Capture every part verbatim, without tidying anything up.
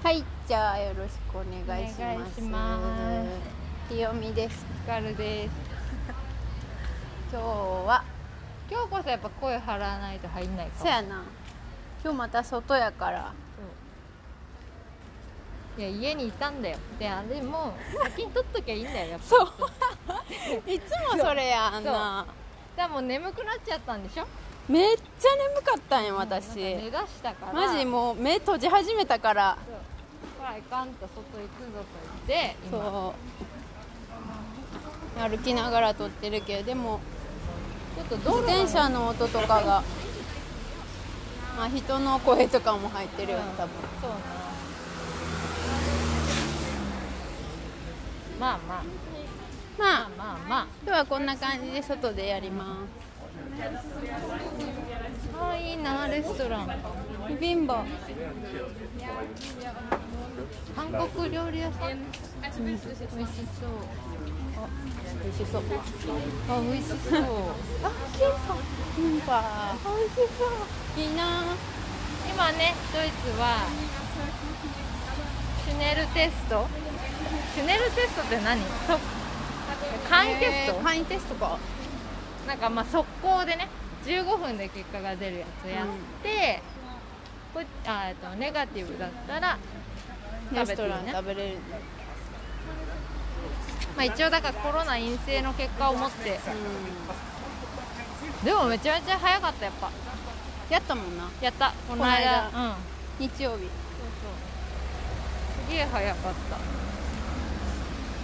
はい、じゃあよろしくお願いします。 お願いします。 清美です。 ひかるです。 今日は今日こそやっぱ声張らないと入んないかも。 そやな。今日また外やから。 いや家にいたんだよ。であれも先に取っときゃいいんだよやっぱ。 そう。いつもそれやんな。 だからもう眠くなっちゃったんでしょ。 めっちゃ眠かったんや私。 寝だしたから。 マジもう目閉じ始めたから。 ほらいかんと外行くぞと言って今。 そう。歩きながら撮ってるけどでもちょっと道路自転車の音とかが、まあ人の声とかも入ってるよ、多分。 そうな。まあまあ。 まあまあまあまあ。 今日はこんな感じで外でやります。 ああいいなレストラン。 ビビンバ。 韓国料理屋さん。うん、美味しそう。 あ、美味しそう。 あ、美味しそう。 あ、キンパ。キンパ。美味しそう。いいな。 今ね、ドイツはシュネルテスト。シュネルテストって何？そ簡易テスト？ 簡易テストか。 なんかまあ速攻でね、じゅうごふんで結果が出るやつやって、うん、あえっとネガティブだったらレストラン食べれる。 まあ一応だからコロナ陰性の結果を持って、うん、でもめちゃめちゃ早かったやっぱ。 やったもんな。 やったこの間、 この間、うん、日曜日。そうそうすげえ早かった。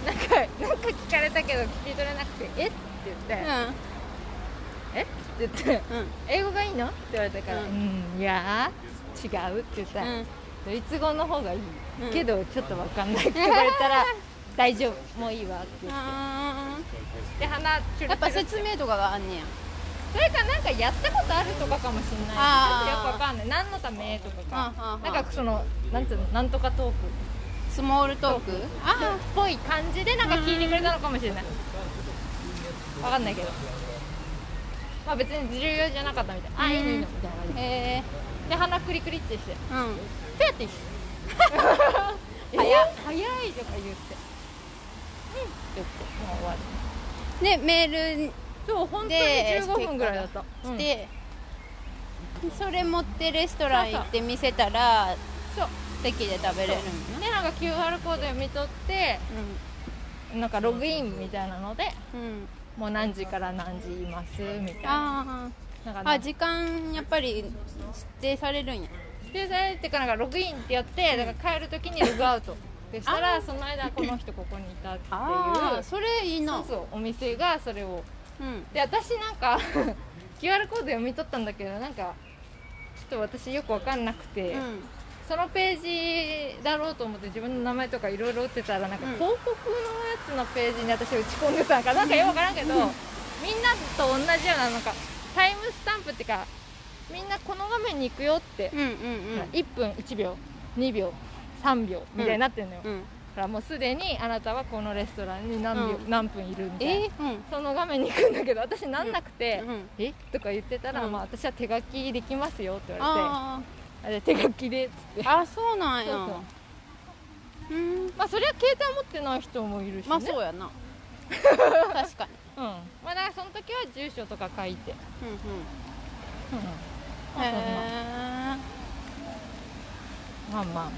なんかなんか聞かれたけど聞き取れなくてえって言って、うん、えって言って、うん、英語がいいのって言われたから、うん、うん、いや違うって言ったら、うん、ドイツ語の方がいい、うん、けどちょっと分かんないって言われたら大丈夫もういいわって言ってで鼻チュルチュルやっぱ説明とかがあんねや。 それかなんかやったことあるとかかもしれない。ちょっとよくわかんない。何のためとかか。なんかそのなんつうのなんとかトーク。 スモールトーク。 ああ。っぽい感じでなんか聞いてくれたのかもしれない。わかんないけど。まあ別に重要じゃなかったみたい。ああいいのみたいな感じ。へえ。で鼻クリクリってして。うん。フェアティッシュ。早い早いとか言って。うん。って言ってもう終わり。 でメール。そう本当にじゅうごふんぐらいだった。 で、うん、それ持ってレストラン行って見せたらそう席で食べれるのね。でなんか キューアール コード読み取って、うん、なんかログインみたいなので、うん、もう何時から何時いますみたいな。 あなんかあ時間やっぱり指定されるんや。 指定されてからなんかログインってやってだから帰るときにログアウトでしたらその間この人ここにいたっていうそれいいな。 そうそうお店がそれをうん、で私なんかキューアール コード読み取ったんだけどなんかちょっと私よく分かんなくて、うん、そのページだろうと思って自分の名前とかいろいろ打ってたらなんか広告のやつのページに私打ち込んでたのかなんかよく分からんけど、うん、みんなと同じようななんかタイムスタンプっていうかみんなこの画面に行くよって、うんうんうん、いっぷんいちびょうにびょうさんびょうみたいになってるのよ、うんうんだからもうすでにあなたはこのレストランに 何, 秒、うん、何分いるみたいな、えーうん、その画面に行くんだけど私なんなくて、うん、えとか言ってたら、うんまあ、私は手書きできますよって言われてああれ手書きでっつってあそうなんやそうそううんまあそりゃ携帯持ってない人もいるしねまあそうやな確かにうんまあだからその時は住所とか書いてうんうん、うんまあ、へえまあまあまあ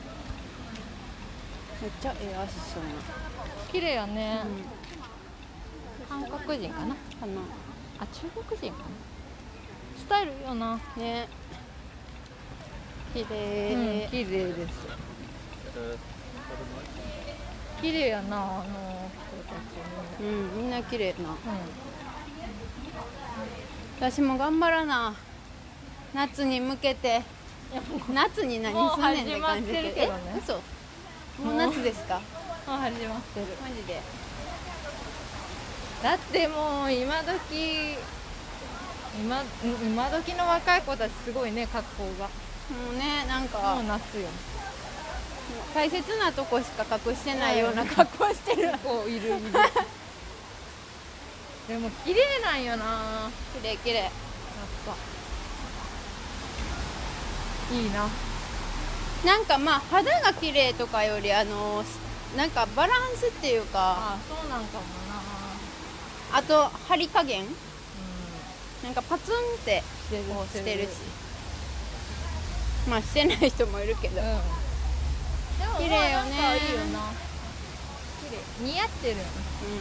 めっちゃええ足しそうな綺麗やね、うん、韓国人かなかなあ中国人かなスタイルいいよなね綺麗、 うん、綺麗です綺麗やなあの人たちうんみんな綺麗な、うん、私も頑張らな夏に向けて夏に何すんねんって感じでけどねえ嘘もう夏ですか？ もう始まってる。 マジで。 だってもう今時今今時の若い子たちすごいね格好が。 もうねなんかもう夏よ。 大切なとこしか隠してないような格好してる子いるいる。でも綺麗なんよな。 綺麗綺麗。やっぱいいな。 なんかまあ肌が綺麗とかよりあのなんかバランスっていうか、 あそうなんかもな。 あと張り加減、うん、なんかパツンってしてるこうしてるし、まあしてない人もいるけど、うん、でも綺麗よね。まあ、いいよな。綺麗、似合ってるよね。うん、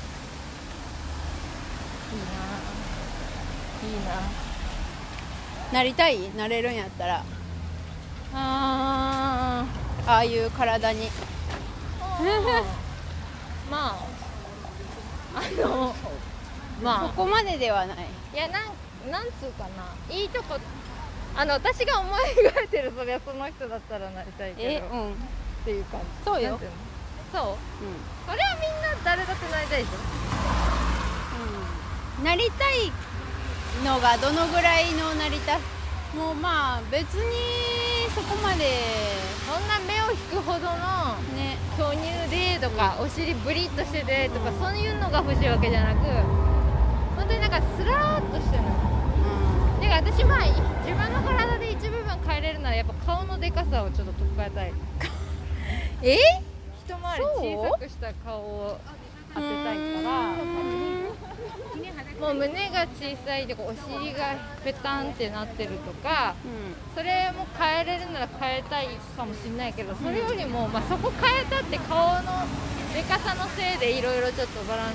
いいな、いいな。なりたい？なれるんやったら、 あああいう体にまああのまあそこまでではない。 いや、なんなんつうかな、いいとこ、あの私が思い描いてる、それはその人だったらなりたいけど、 え、うん、 っていう感じ。 そうよ。 そう、うん、それはみんな誰だってなりたいでしょ、 うん、なりたいのがどのぐらいのなりたい、もうまあ別にそこまでそんな目を引くほどのね巨乳でとか、うん、お尻ブリッとしててとか、うん、そういうのが欲しいわけじゃなく、本当になんかスラーっとしてるの、うん、だから私、まあ自分の体で一部分変えれるならやっぱ顔のでかさをちょっと取っ替えたいえ一回り小さくした顔を当てたいから、もう胸が小さいとかお尻がペタンってなってるとか、うん、それも変えれるなら変えたいかもしれないけど、それよりも、まあ、そこ変えたって顔のでかさのせいでいろいろちょっとバランス、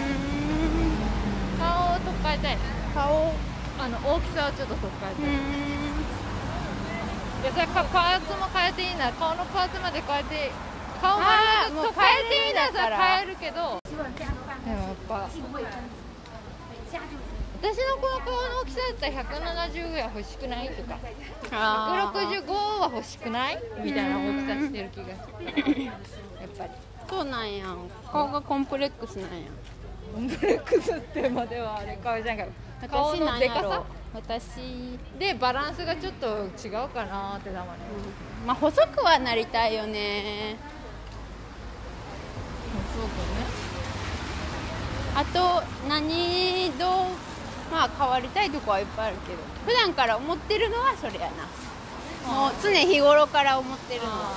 顔を取っ替えたいね。 顔あの大きさをちょっと取っ替えたい。いや、それかパーツも変えていいなら顔のパーツまで変えて、顔までずっと変えていいなら変えるけど、でもやっぱ私のこの顔の大きさだったらひゃくななじゅうぐらい欲しくないとか、ひゃくろくじゅうごは欲しくないみたいな大きさしてる気がするやっぱりそうなんやん。顔がコンプレックスなんや。 コンプレックスってまではあれ顔じゃんか、顔のでかさ、 私でバランスがちょっと違うかなってたまに、 うん、まあ細くはなりたいよね。 細くね。 あと何どうまあ変わりたいとこはいっぱいあるけど、普段から思ってるのはそれやな。もう常日頃から思ってるのは、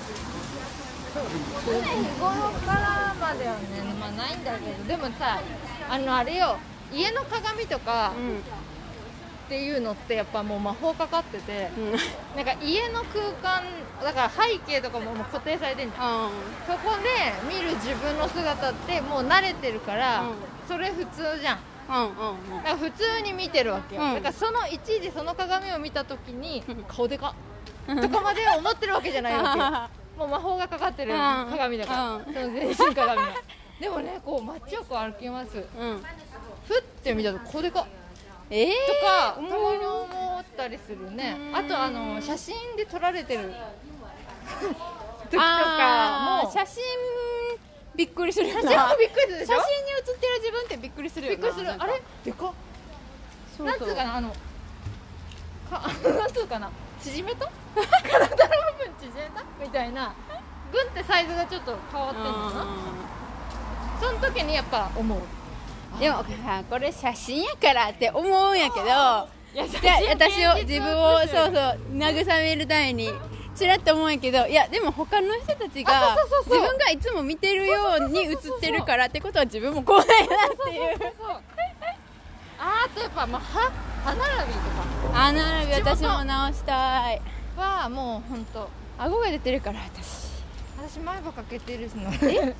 常日頃からまではね、まあないんだけど、でもさ、あのあれよ、家の鏡とか、うん、っていうのってやっぱもう魔法かかってて、うん、なんか家の空間だから背景とかももう固定されてんじゃん、うん、そこで見る自分の姿ってもう慣れてるから、うん、それ普通じゃん、うんうんうん、だから普通に見てるわけよ、うん、だからその一時その鏡を見た時に、うん、顔でかとかまで思ってるわけじゃないわけよもう魔法がかかってる鏡だから、うん、その全身鏡がでもね、こう街をこう歩きます、うん、ふって見たと顔でかえー、とかたまに思ったりするね。あとあの写真で撮られてる時とかも写真びっくりするよな。 写真びっくりするでしょ。 写真に写ってる自分ってびっくりするよな。 びっくりする。あれでかっ。そうそう、なんつうかな、あのかなんつうかな、縮めた体の部分縮めたみたいな、グンってサイズがちょっと変わってんのかな。その時にやっぱ思う。 でもこれ写真やからって思うんやけど、いや私を自分をそうそう慰めるためにちらっと思うんやけど、いやでも他の人たちが自分がいつも見てるように映ってるからってことは自分もこうなんやなっていう。 あとやっぱ、まあ、は歯並びとか歯並び私も直したいはもう本当顎が出てるから私私前歯かけてるしのえ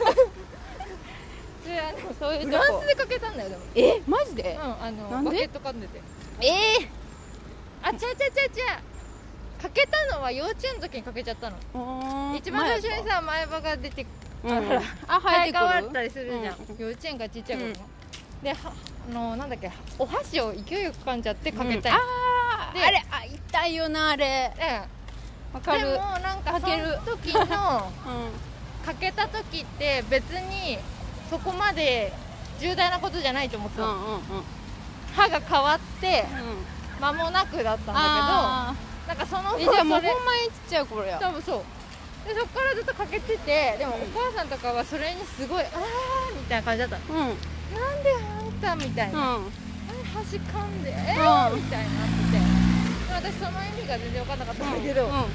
そういうフランスでかけたんだよ。でもえマジで、 うん、あのバケット噛んでてえー、 あちゃちゃちゃちゃかけたのは幼稚園の時にかけちゃったの。一番最初にさ前歯が出て、うん、あ生え変わったりするじゃん、うん、幼稚園からちっちゃい頃も、うん、ではあのなんだっけお箸を勢いよく噛んじゃってかけたい、うん、 あーあれあ痛いよなあれ、 うん、分かる。でもなんかその時の、うん、かけた時って別にそこまで重大なことじゃないと思ってた、うんうんうん、歯が変わって間もなくだったんだけど、なんかそのえじゃあもうほんまにちっちゃい頃や多分そうで、そこからずっとかけてて、でもお母さんとかはそれにすごいあーみたいな感じだったの、うん、なんであんたみたいな、うん、箸噛んで、えー、みたいになってて、私その意味が全然分かんなかったんだけど、うんうん、い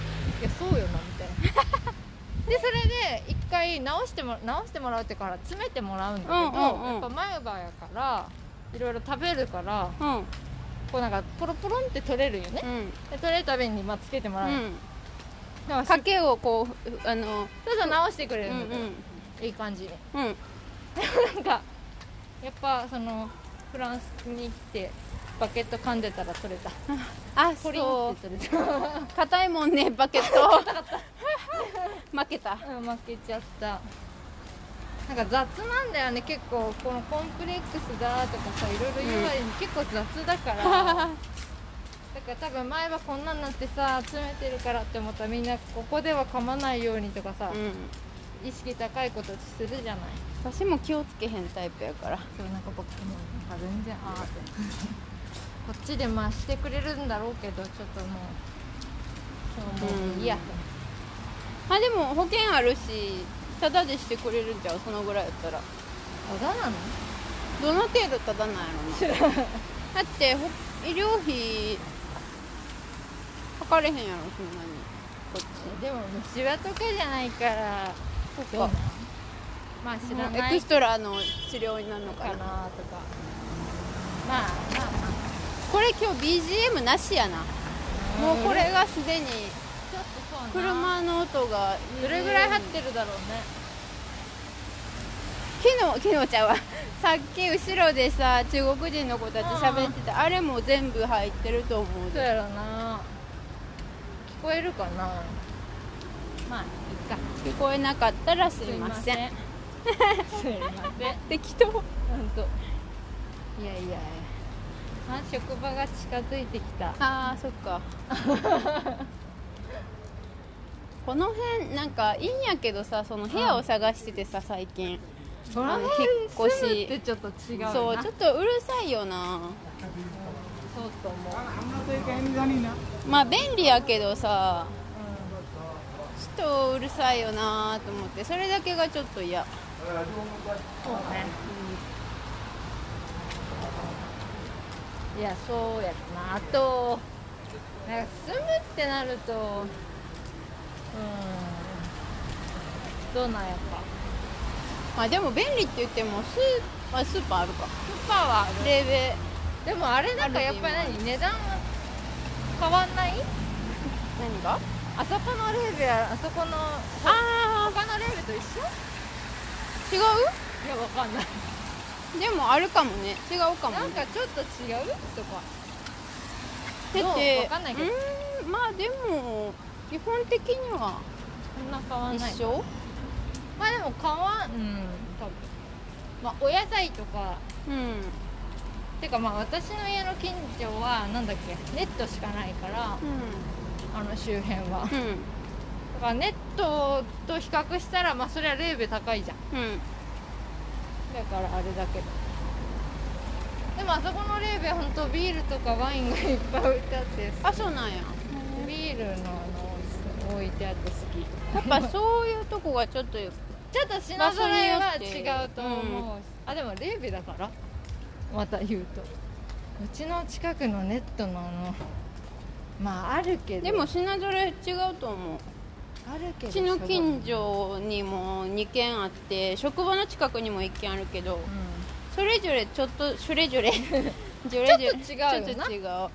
けそうよなみたいなでそれで一回直しても直してもらうってから詰めてもらうんだけど、うんうんうん、やっぱ前歯やからいろいろ食べるから、うん、こうなんかポロポロンって取れるよね、うん、で取れるたびにまあつけてもらう、うん、 だから賭けをこうあのちょっと直してくれるんだけど、うんうん、いい感じに、うん、なんかやっぱそのフランスに来てバケット噛んでたら取れた。 あ、そう硬いもんねバケット負けた、 うん、負けちゃった。なんか雑なんだよね結構。このコンプレックスだとかさいろいろ言う割に結構雑だから、うん、だから多分前はこんなんなってさ詰めてるからって思ったらみんなここでは噛まないようにとかさ、うん、意識高いことするじゃない。 私も気をつけへんタイプやから。 そうなんか僕もなんか全然あーってこっちでまあしてくれるんだろうけどちょっともう今日もういいや、 うん、あでも保険あるしタダでしてくれるんちゃう。そのぐらいやったら。 タダなの？ どの程度タダなんやろなだって医療費かかれへんやろそんなにこっち。 でも虫歯とかじゃないからそうか。 まあ知らないエクストラの治療になるのかなとかまあまあまあこれ今日 ビージーエム なしやな。もうこれがすでに車の音がどれぐらい入ってるだろうね。 昨日昨日ちゃうわさっき後ろでさ中国人の子たち喋ってた、あれも全部入ってると思う。 そうやろな。聞こえるかな。まあいいか。 聞こえなかったらすいません。 すいません適当。 ほんといやいやいやあ職場が近づいてきた。 あーそっかこの辺なんかいいんやけどさその部屋を探しててさ最近その辺引っ越しってちょっと違うな。 そうちょっとうるさいよな。 そうと思う。 まあ便利やけどさ、うん、ちょっとうるさいよなと思ってそれだけがちょっと嫌。そうね、 うん、いやそうやな。あとなんか住むってなるとうんどうなんやっぱ。 まあでも便利って言ってもスー、あ、スーパーあるか。 スーパーはある。 レーベでもあれなんかやっぱり何値段変わんない？ 何が？ あそこのレーベあそこのあ他のレーベと一緒？ 違う？ いやわかんないでもあるかもね。違うかもね。 なんかちょっと違うとかだってわかんないけど、 うーんまあでも基本的にはそんな変わんない。 一緒？ まあでも変わんうん多分まあお野菜とかうんてかまあ私の家の近所はなんだっけネットしかないから、うん、あの周辺は、うん、だからネットと比較したらまあそれはレーベ高いじゃん、うん、だからあれだけどでもあそこのレーベは本当ビールとかワインがいっぱい置いてあってあそうなんやビールのあの置いてあって好き。 やっぱそういうとこがちょっとちょっと品揃えは違うと思う、うん、あでもレーベだからまた言うとうちの近くのネットのあのまああるけどでも品揃え違うと思う。 あるけどうちの近所にもにけんあって職場の近くにもいっけんあるけど、うん、それぞれちょっとそれぞれちょっと違うよな。ちょっと違うなんか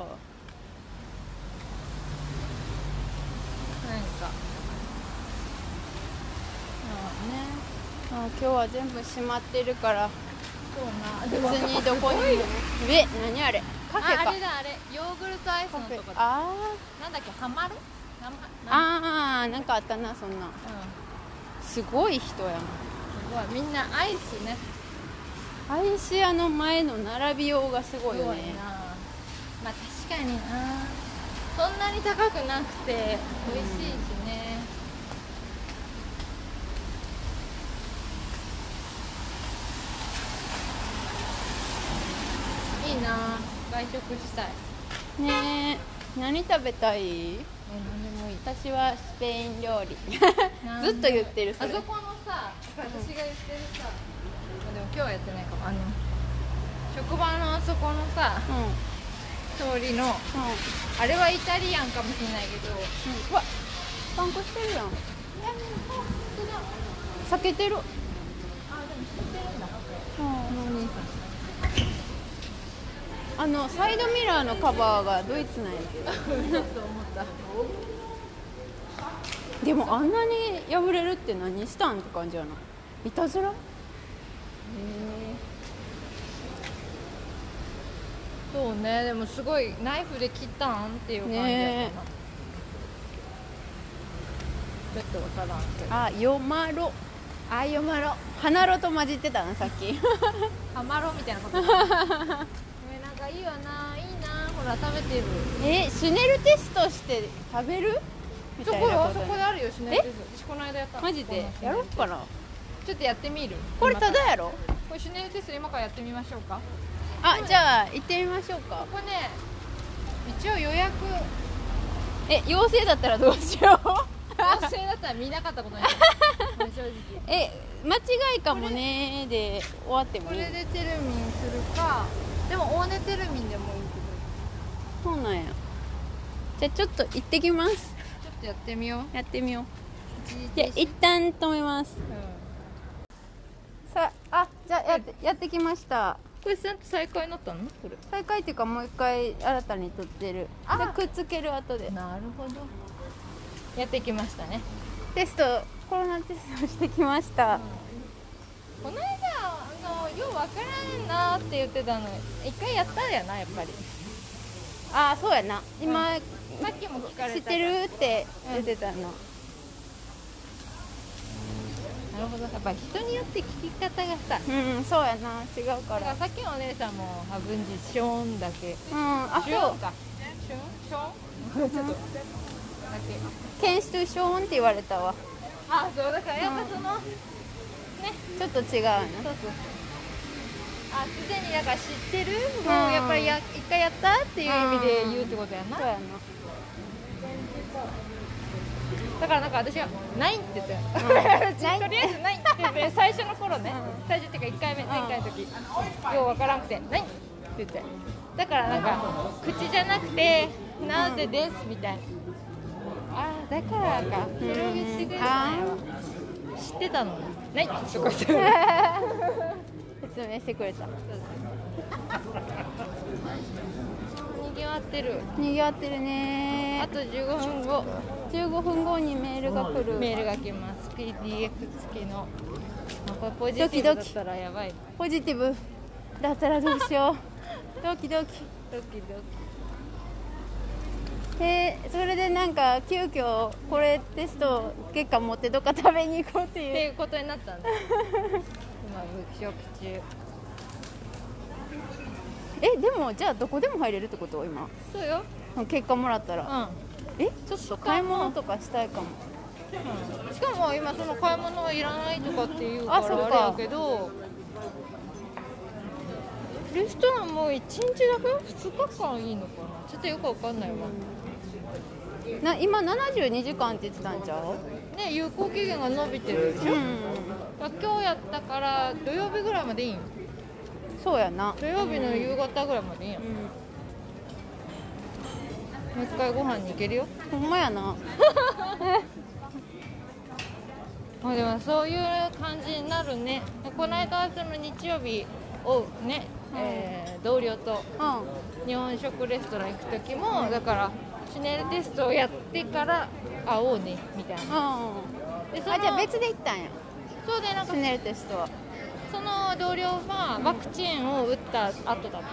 あ今日は全部閉まってるからそうな別にどこにもえ何あれカフェか。 あれだあれヨーグルトアイスのとこだ。 あなんだっけハマるああなんかあったなそんな、うん、すごい人やな。すごいみんなアイスね。 アイス屋の前の並びようがすごいよね。 まあ確かになそんなに高くなくて美味しいしね、うん、いいな外食したいねえ。何食べたい？え何でもいい。 私はスペイン料理ずっと言ってるそれ。 あそこのさ私が言ってるさ、うん、でも今日はやってないかも。あの職場のあそこのさ、うん、通りの、うん、あれはイタリアンかもしれないけど、うん、うわパンクしてるやん。避けてる。あ、でも避けてるんだ。あのサイドミラーのカバーがドイツなんやけど。ちょっと思った。でもあんなに破れるって何したんって感じやな。いたずら？へえ。 そうね、でもすごいナイフで切ったんっていう感じやったな、ね、ちょっとわからんけど。 あ、ヨマロ。あ、ヨマロ。花ロと混じってたな、さっき。 ハマロみたいなこと。え、なんかいいわな、いいな、ほら食べてる。 え、シュネルテストして食べる？みたいなこと。 そこよ、そこであるよ、シュネルテスト。私この間やった。 マジで？やろうかな。 ちょっとやってみる。 これただやろ？ これシュネルテスト今からやってみましょうか。 あ、じゃあ行ってみましょうか。 これね、一応予約。 え、陽性だったらどうしよう。 陽性だったら見なかったことになる。正直。 え、間違いかもねで終わってもいい。 これでテルミンするか、でも大根テルミンでもいいけど。そうなんや。じゃあちょっと行ってきます。ちょっとやってみよう。やってみよう。じゃあ一旦止めます。うん、さあ、あ、じゃあやってやってきました。 これちゃんと再開になったの？これ再開っていうかもう一回新たに撮ってる。でくっつける後で。 なるほど。やってきましたね。 テスト、コロナテストしてきました。うん、 この間あのようわからんなって言ってたの一回やったんやな、やっぱり。 ああ、そうやな。今、うん、 さっきも聞かれた。 知ってるって言ってたの。うん、 なるほど。やっぱり人によって聞き方がさ、 うん、そうやな、違うから。だからさっきのお姉さんもハブンジショーンだけ。 うん、あ、 そうか。ショーンショーン。ちょっとだけ。ケンストゥショーンって言われたわ。 あ、そうだからやっぱその、うん、ね、 ちょっと違うな。そうそうそう。 あ、すでにだから知ってる。うん、もうやっぱりや一回やったっていう意味で言うってことやな。そうやな。だからなんか私はないって言って、うん、とりあえずないって言って最初の頃ね、うん、最初っていうかいっかいめ、前回の時、ようわからんくてないって言って、だからなんか口じゃなくてなぜですみたいな、ああだからか、それを言ってくれたのよ、知ってたのにないとか言って説明してくれた。 にぎわってる。 にぎわってるね。 あとじゅうごふんご。 じゅうごふんごにメールが来る。 メールが来ます。ピーディーエフ 付きの。これポジティブだったらやばい。 ポジティブだったらどうしよう。ドキドキ。ドキドキ。えー、それでなんか急遽これテスト結果持ってどっか食べに行こうっていう。 っていうことになったんだ。今物色中。 え、でもじゃあどこでも入れるってこと？今そうよ、 結果もらったら。うん、え、ちょっと買い物とかしたいかも。 うん、しかも今その買い物はいらないとかっていうからあれやけど、レストランもいちにちだけふつかかんいいのかな、ちょっとよくわかんないわ、 うん、な今ななじゅうにじかんって言ってたんちゃうね。有効期限が伸びてるでしょ、うん、今日やったから土曜日ぐらいまでいいん。 そうやな、 土曜日の夕方ぐらいまでいいやん、うん、もう一回ご飯に行けるよ。 ほんまやなまあでもそういう感じになるね。この間その日曜日をね、うん、えー、同僚と日本食レストラン行く時も、うん、だからシュネルテストをやってから会おうねみたいな、 うん、でそのあ、じゃあ別で行ったんや。 そうで、なんかシュネルテストはその同僚はワクチンを打った後だったから、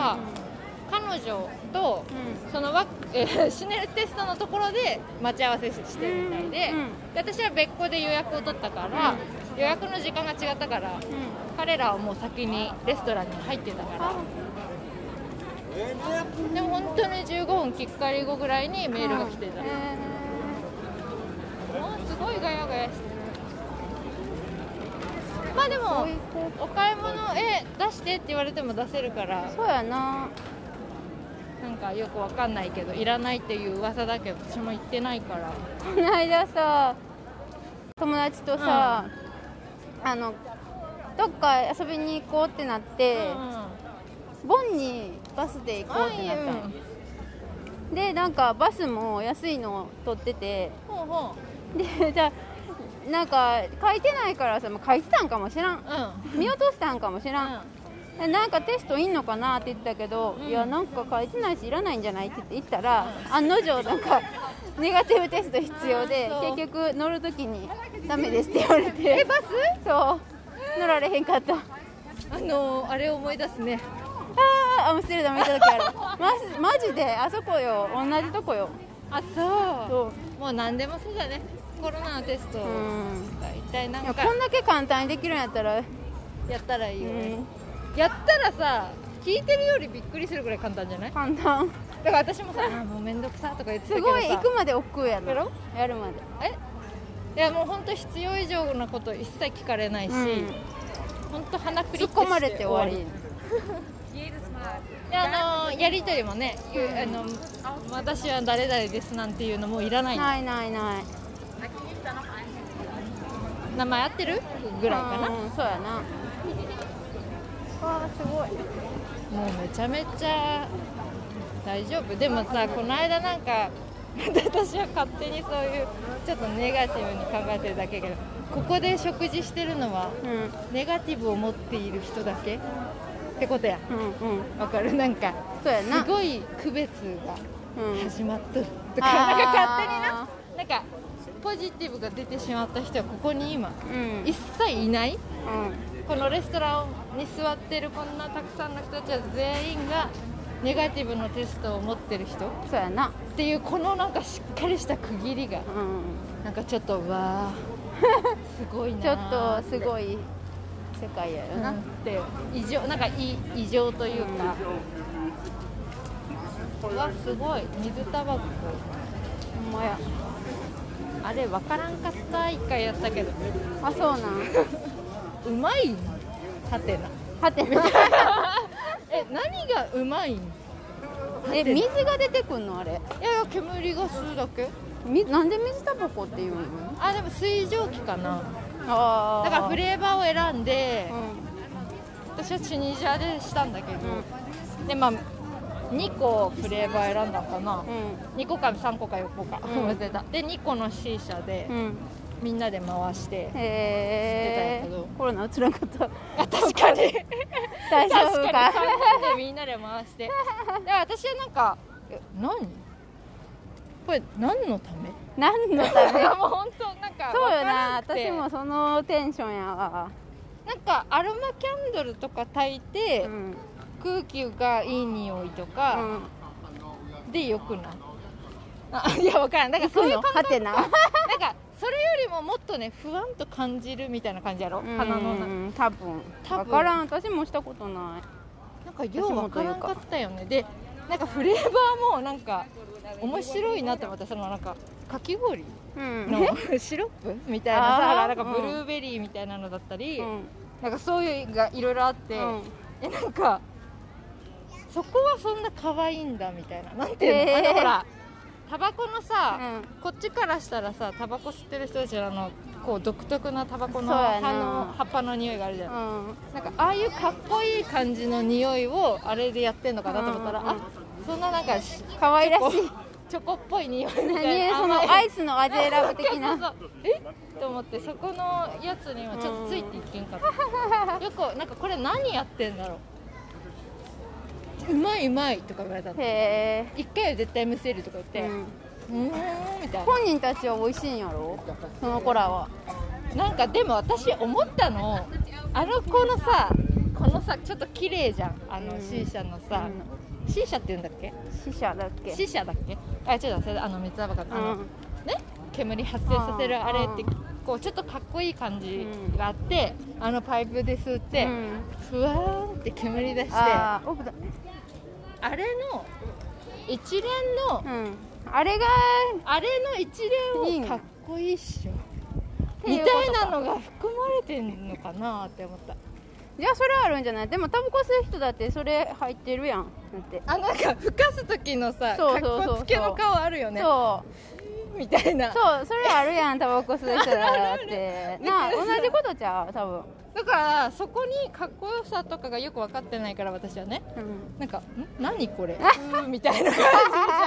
うん、彼女とそのワ、えー、シュネルテストのところで待ち合わせしてるみたいで、うんうん、で私は別個で予約を取ったから、うん、予約の時間が違ったから、うん、彼らはもう先にレストランに入ってたから、でも本当にじゅうごふんきっかり後ぐらいにメールが来てた、うん、もうすごいガヤガヤしてる。まあでもお買い物え出してって言われても出せるから。 そうやな。 なんかよくわかんないけどいらないっていう噂だけど私も言ってないから。 この間さ友達とさ、うん、あのどっか遊びに行こうってなって、うん、ボンにバスで行こうってなったの、うん、 でなんかバスも安いの取ってて、 ほうほうでじゃあなんか書いてないからさ、もう書いてたんかもしらん、うん、見落としたんかもしらん、うん、なんかテストいんのかなって言ってたけど、うん、いやなんか書いてないしいらないんじゃないって言って言ったら、うん、案の定なんかネガティブテスト必要で結局乗るときにダメですって言われて、 えバスそう乗られへんかった。 あのー、あれ思い出すね。 あーアムステルダム行った時あるマ, マジであそこよ、同じとこよ。 あそうそうもう何でもそうだね、コロナのテストが一体なんかこんだけ簡単にできるんやったらやったらいいよね、うん、やったらさ聞いてるよりびっくりするぐらい簡単じゃない？簡単だから私もさあもうめんどくさとか言ってたけどさ、 すごい行くまで億劫やろ、やろやるまで。 えいやもう本当必要以上のこと一切聞かれないし、うん、本当鼻くりって突っ込まれて終わりであのやりとりもね、うん、あの私は誰々ですなんていうのもいらない。 ないないない。 名前合ってるぐらいかな。 うん、そうやな。わあすごい。 もうめちゃめちゃ大丈夫。でもさこの間なんか私は勝手にそういうちょっとネガティブに考えてるだけだけど、ここで食事してるのは、うん、ネガティブを持っている人だけってことや。うんうん、わかる。なんかそうやな、 すごい区別が始まっとるとか、うん、なんか勝手にな、なんかポジティブが出てしまった人はここに今、うん、一切いない、うん、このレストランに座ってるこんなたくさんの人たちは全員がネガティブのテストを持ってる人そうやなっていうこのなんかしっかりした区切りが、うん、なんかちょっとわーすごいなちょっとすごい世界やよな、うん、 って異常なんかい異常というか、うん、うわすごい水タバコほんまや。 あれ分からんかった一回やったけど、 あそうなんうまいはてなはてなえ何がうまいん？ え水が出てくんのあれ？いや煙が吸うだけ。 みなんで水タバコっていうの？ あでも水蒸気かな。 あだからフレーバーを選んで、うん、私はチュニジアでしたんだけど、うん、でまあにこフレーバー選んだかな、うん、にこかさんこかよっこか、うん、忘れた。でにこの C 社で、うん、みんなで回してへー、コロナうつらんかった。 確かに大丈夫か。 確かにさんにんでみんなで回してで私はなんかえ何これ何のため何のためもう本当なんかそうよな、私もそのテンションやわ。 なんかアロマキャンドルとか焚いて、うん、空気がいい匂いとか、うん、でよくない？あいや分からん。だからそういう感覚なんかそれよりももっとね不安と感じるみたいな感じやろ、鼻の中。 多分分からん、私もしたことない。 なんかよう分からんかったよね。でなんかフレーバーもなんか面白いなって思った。そのなんかかき氷のシロップみたいなさ、なんかブルーベリーみたいなのだったり、うん、なんかそういうがいろいろあって、うん、えなんかそこはそんな可愛いんだみたいな、なんていうの、あのほらタバコのさ、うん、こっちからしたらさタバコ吸ってる人たちのあのこう独特なタバコの葉の葉っぱの匂いがあるじゃん、うん、なんかああいうかっこいい感じの匂いをあれでやってんのかなと思ったら、うんうん、あそんななんか可愛らしいチョコっぽい匂いみたいな、 そのアイスの味選ぶ的なそうそうそうえと思って、そこのやつにはちょっとついていけんかった、うん、よくなんかこれ何やってんだろう、うまいうまいとか言われたの。へー、一回は絶対むせるとか言って、うん、うーんみたいな。 本人たちは美味しいんやろその子らは。 なんかでも私思ったの、あの子のさこのさちょっと綺麗じゃん、あの C 社のさ、うん、C 社って言うんだっけ？ C 社だっけ？ C 社だっけ？あ、ちょっとそれあの水タバコの、うん、あのね煙発生させるあれってこうちょっとかっこいい感じがあって、うん、あのパイプで吸って、うん、ふわーんって煙出して、あ, あれの一連の、うん、 あれがあれの一連をかっこいいっしょみたいなのが含まれてんのかなって思った。 じゃあそれあるんじゃない？でもタバコ吸う人だってそれ入ってるやん。だってあなんかふかす時のさかっこつけの顔あるよね。そうみたいな。 そうそれあるやんタバコ吸う人だってなあ同じことちゃう多分。 だからそこにかっこよさとかがよく分かってないから私はね、うん、なんかん何これみたいな感じじゃん。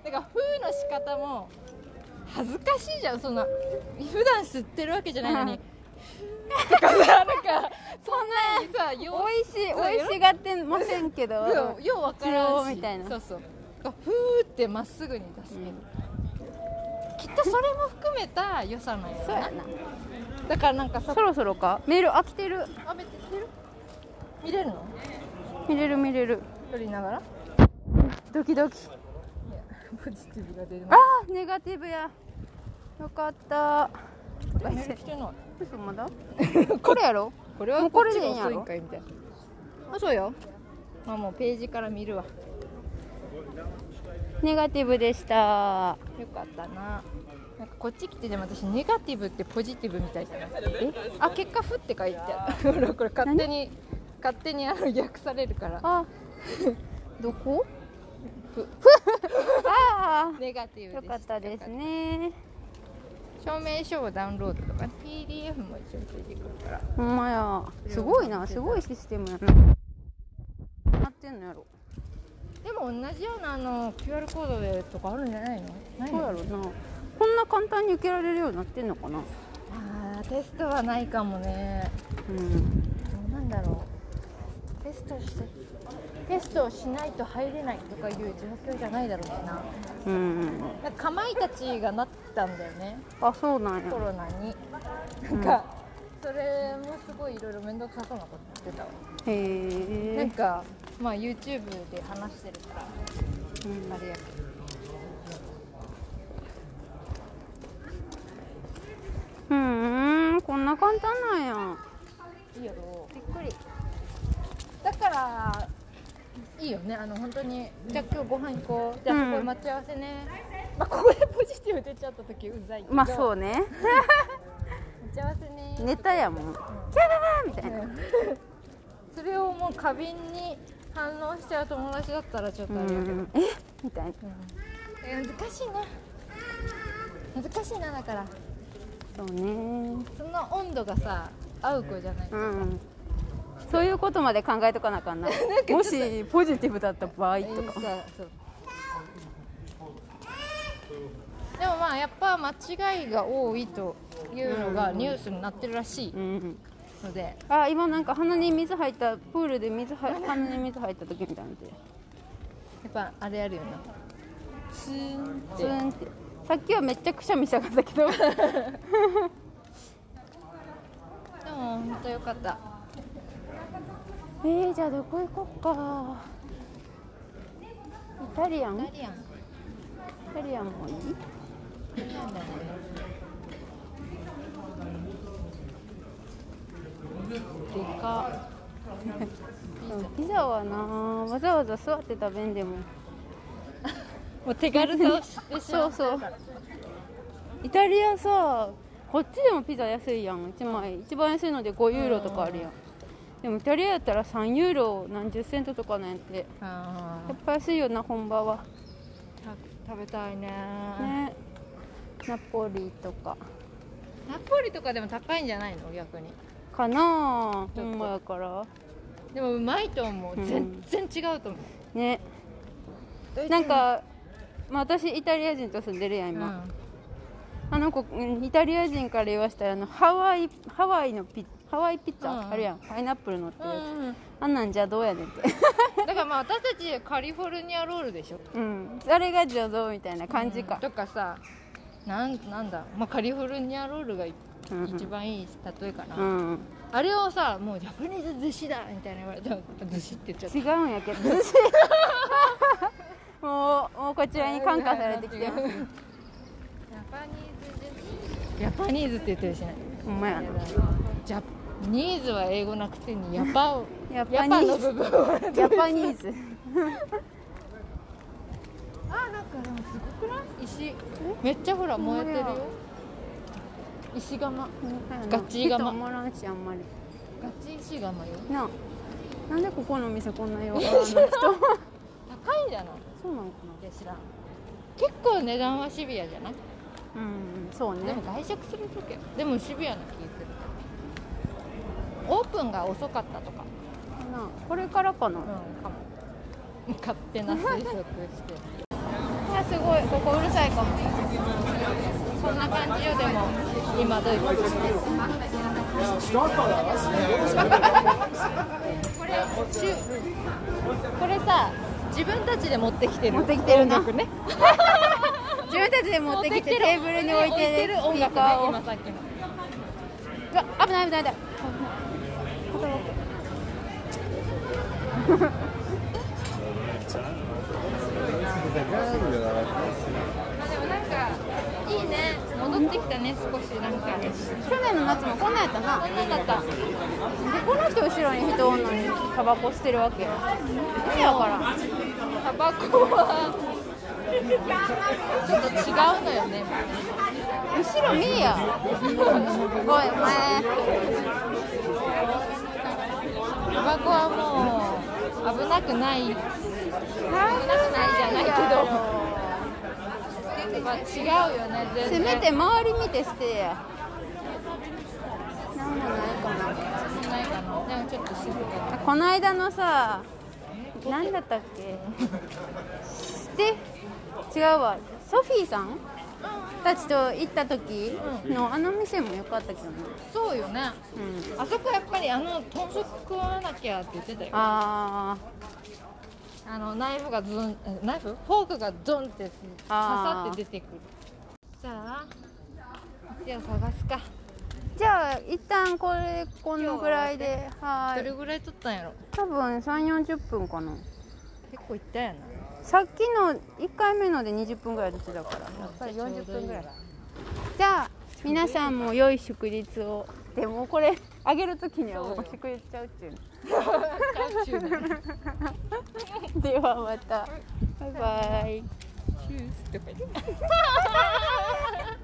だから風の仕方も恥ずかしいじゃん。そんな普段吸ってるわけじゃないのにとかさ、なんかそんなにさ、 美味しい美味しがってませんけど、 ようようわからんしみたいな。 そうそう、ふーってまっすぐに出すけど、うん、きっとそれも含めた良さなんやな。 そうやな。 だからなんかさ、 そろそろかメール飽きてる。 あ、めっちゃ来てる。見れるの？ 見れる見れる。 撮りながらドキドキ。 ポジティブが出る。あー、ネガティブや。よかった。 メール来てない。 嘘、まだこれやろ。 これはこっちが遅いんかいみたいな。あ、そうよ。まあもうページから見るわ。 ネガティブでした。 よかったな。なんかこっち来てでも私ネガティブってポジティブみたいじゃない？え？あ、結果ふって書いてある。ほらこれ勝手に勝手にあの訳されるから。あ、 どこ？ふああ、 ネガティブでよかったですね。 証明書をダウンロードとか ピーディーエフ も一緒についてくるから。 ほんまや。すごいな、すごいシステムやな。なってんのやろ。 でも同じようなあの キューアール コードでとかあるんじゃないの？ そうやろな。こんな簡単に受けられるようになってんのかな。 あー、テストはないかもね。うん。どうなんだろう。テストしてテストをしないと入れないとかいう状況じゃないだろうしな。うん。なんかかまいたちがなったんだよね。 あ、そうなんや。 コロナに。なんか、うん、それもすごいいろいろ面倒くさそうなこと言ってたわ。へえ。なんかまあ YouTube で話してるから、うん、あれやけど。 うーん、こんな簡単なんや。 いいやろ。びっくり。だからいいよね。あの本当にじゃあ今日ご飯行こう。じゃあそこで待ち合わせね。うん、まあここでポジティブ出ちゃった時うざいけど。 まあそうね。 待ち合わせね。 ネタやもん。キャラーみたいな。 それをもう過敏に反応しちゃう友達だったらちょっとあれやけど。えみたいな。 うん、難しいな。難しいなだから。 そうね。その温度がさ合う子じゃないとさ、うん、 そういうことまで考えとかなあかんな。もしポジティブだった場合とか、えー、そうでもまあやっぱ間違いが多いというのがニュースになってるらしいので、 うんうん、あ、今なんか鼻に水入ったプールで水は鼻に水入った時みたいなんで、 やっぱあれあるよな、ツーンってツーンって。さっきはめっちゃくしゃみしたかったけどでも本当よかった。 えー、じゃあどこ行こっか。イタリアン？イタリアン。イタリアンもいい？ でかピザはな、わざわざ座って食べんでももう手軽さを知ってしまう。 そうそう。イタリアさ、こっちでもピザ安いやん。いちまい一番安いのでごユーロとかあるやん。でもイタリアやったらさんユーロ何十セントとかなんて、やっぱ安いよな本場は。 食べたいね。 ね。ナポリとか。 ナポリとかでも高いんじゃないの逆に。 かなあ。ほんまやから。 でもうまいと思う。うん、全然違うと思う。 ね。なんか。まあ、私イタリア人と住んでるやん今、うん、あの子イタリア人から言わしたらあのハワイハワイのピハワイピッツァ、うん、あるやん、パイナップルのってるやつ、うんうん、あんなんじゃどうやねんってだからまあ私たちカリフォルニアロールでしょ、 うん、あれが邪道みたいな感じか、 うん、とかさ、なんなんだ、まあ、カリフォルニアロールが一番いい例えかな、うん、あれをさもうジャパニーズ寿司だみたいな言われたら寿司って言っちゃった。 違うんやけど寿司もう、もうこちらに感化されてきてます。ジャパニーズジャパニーズって言ってるしない。 ほんまやな。 ジャニーズは英語なくせにヤパをヤパニーズの部分ヤパニーズあ、なんかでもすごくない？石めっちゃほら燃えてるよ。石窯ガチ窯。 人おらんしあんまり。 ガチ石窯よ。 なあ、なんでここのお店こんなような人高いんじゃない？ そうなのかな。 知らん。結構値段はシビアじゃない？ うん、そうね。 でも外食するときでもシビアな気する。オープンが遅かったとか。かな。これからかな。うん、 かも。勝手な推測して。 やすごいここうるさいかも。 そんな感じよ。でも今どういうこと？これこれさ自分たちで持ってきてる持ってきてるな音楽ね。 自分たちで持ってきてテーブルに置いてる音楽ね。今さっきの。 うわ危ない危ない危ない。 でもなんかいいね。戻ってきたね少しなんか。 去年の夏もこんなんやったな。 こんなんだった。 でこの人後ろに人おんのにタバコ捨てるわけ。何やからん。 タバコはちょっと違うのよね。 後ろ見えや。すごいお前。 タバコはもう危なくない。危なくないじゃないけど。まあ違うよね。全然。 せめて周り見て捨てや。なんもないかな。 ないかな。でもちょっと静かな。 この間のさ、なんだったっけ。で、違うわ。ソフィーさんたちと行った時のあの店も良かったけどね。 そうよね。うん。あそこやっぱりあの豚足食わなきゃって言ってたよ。ああ。あのナイフがズン、ナイフ？フォークがドンって刺さって出てくる。じゃあ、じゃあ探すか。 じゃあ一旦これこのぐらいで、はい。 どれぐらい撮ったんやろ？ 多分さんじゅうよんじゅっぷんかな。 結構いったやな。 さっきのいっかいめのでにじゅっぷんぐらい出てたから、やっぱりよんじゅっぷんぐらい。じゃあ皆さんも良い祝日を。でもこれあげるときにはもう祝日ちゃうっていうの。ではまた。バイバイ。 チュースって書いて。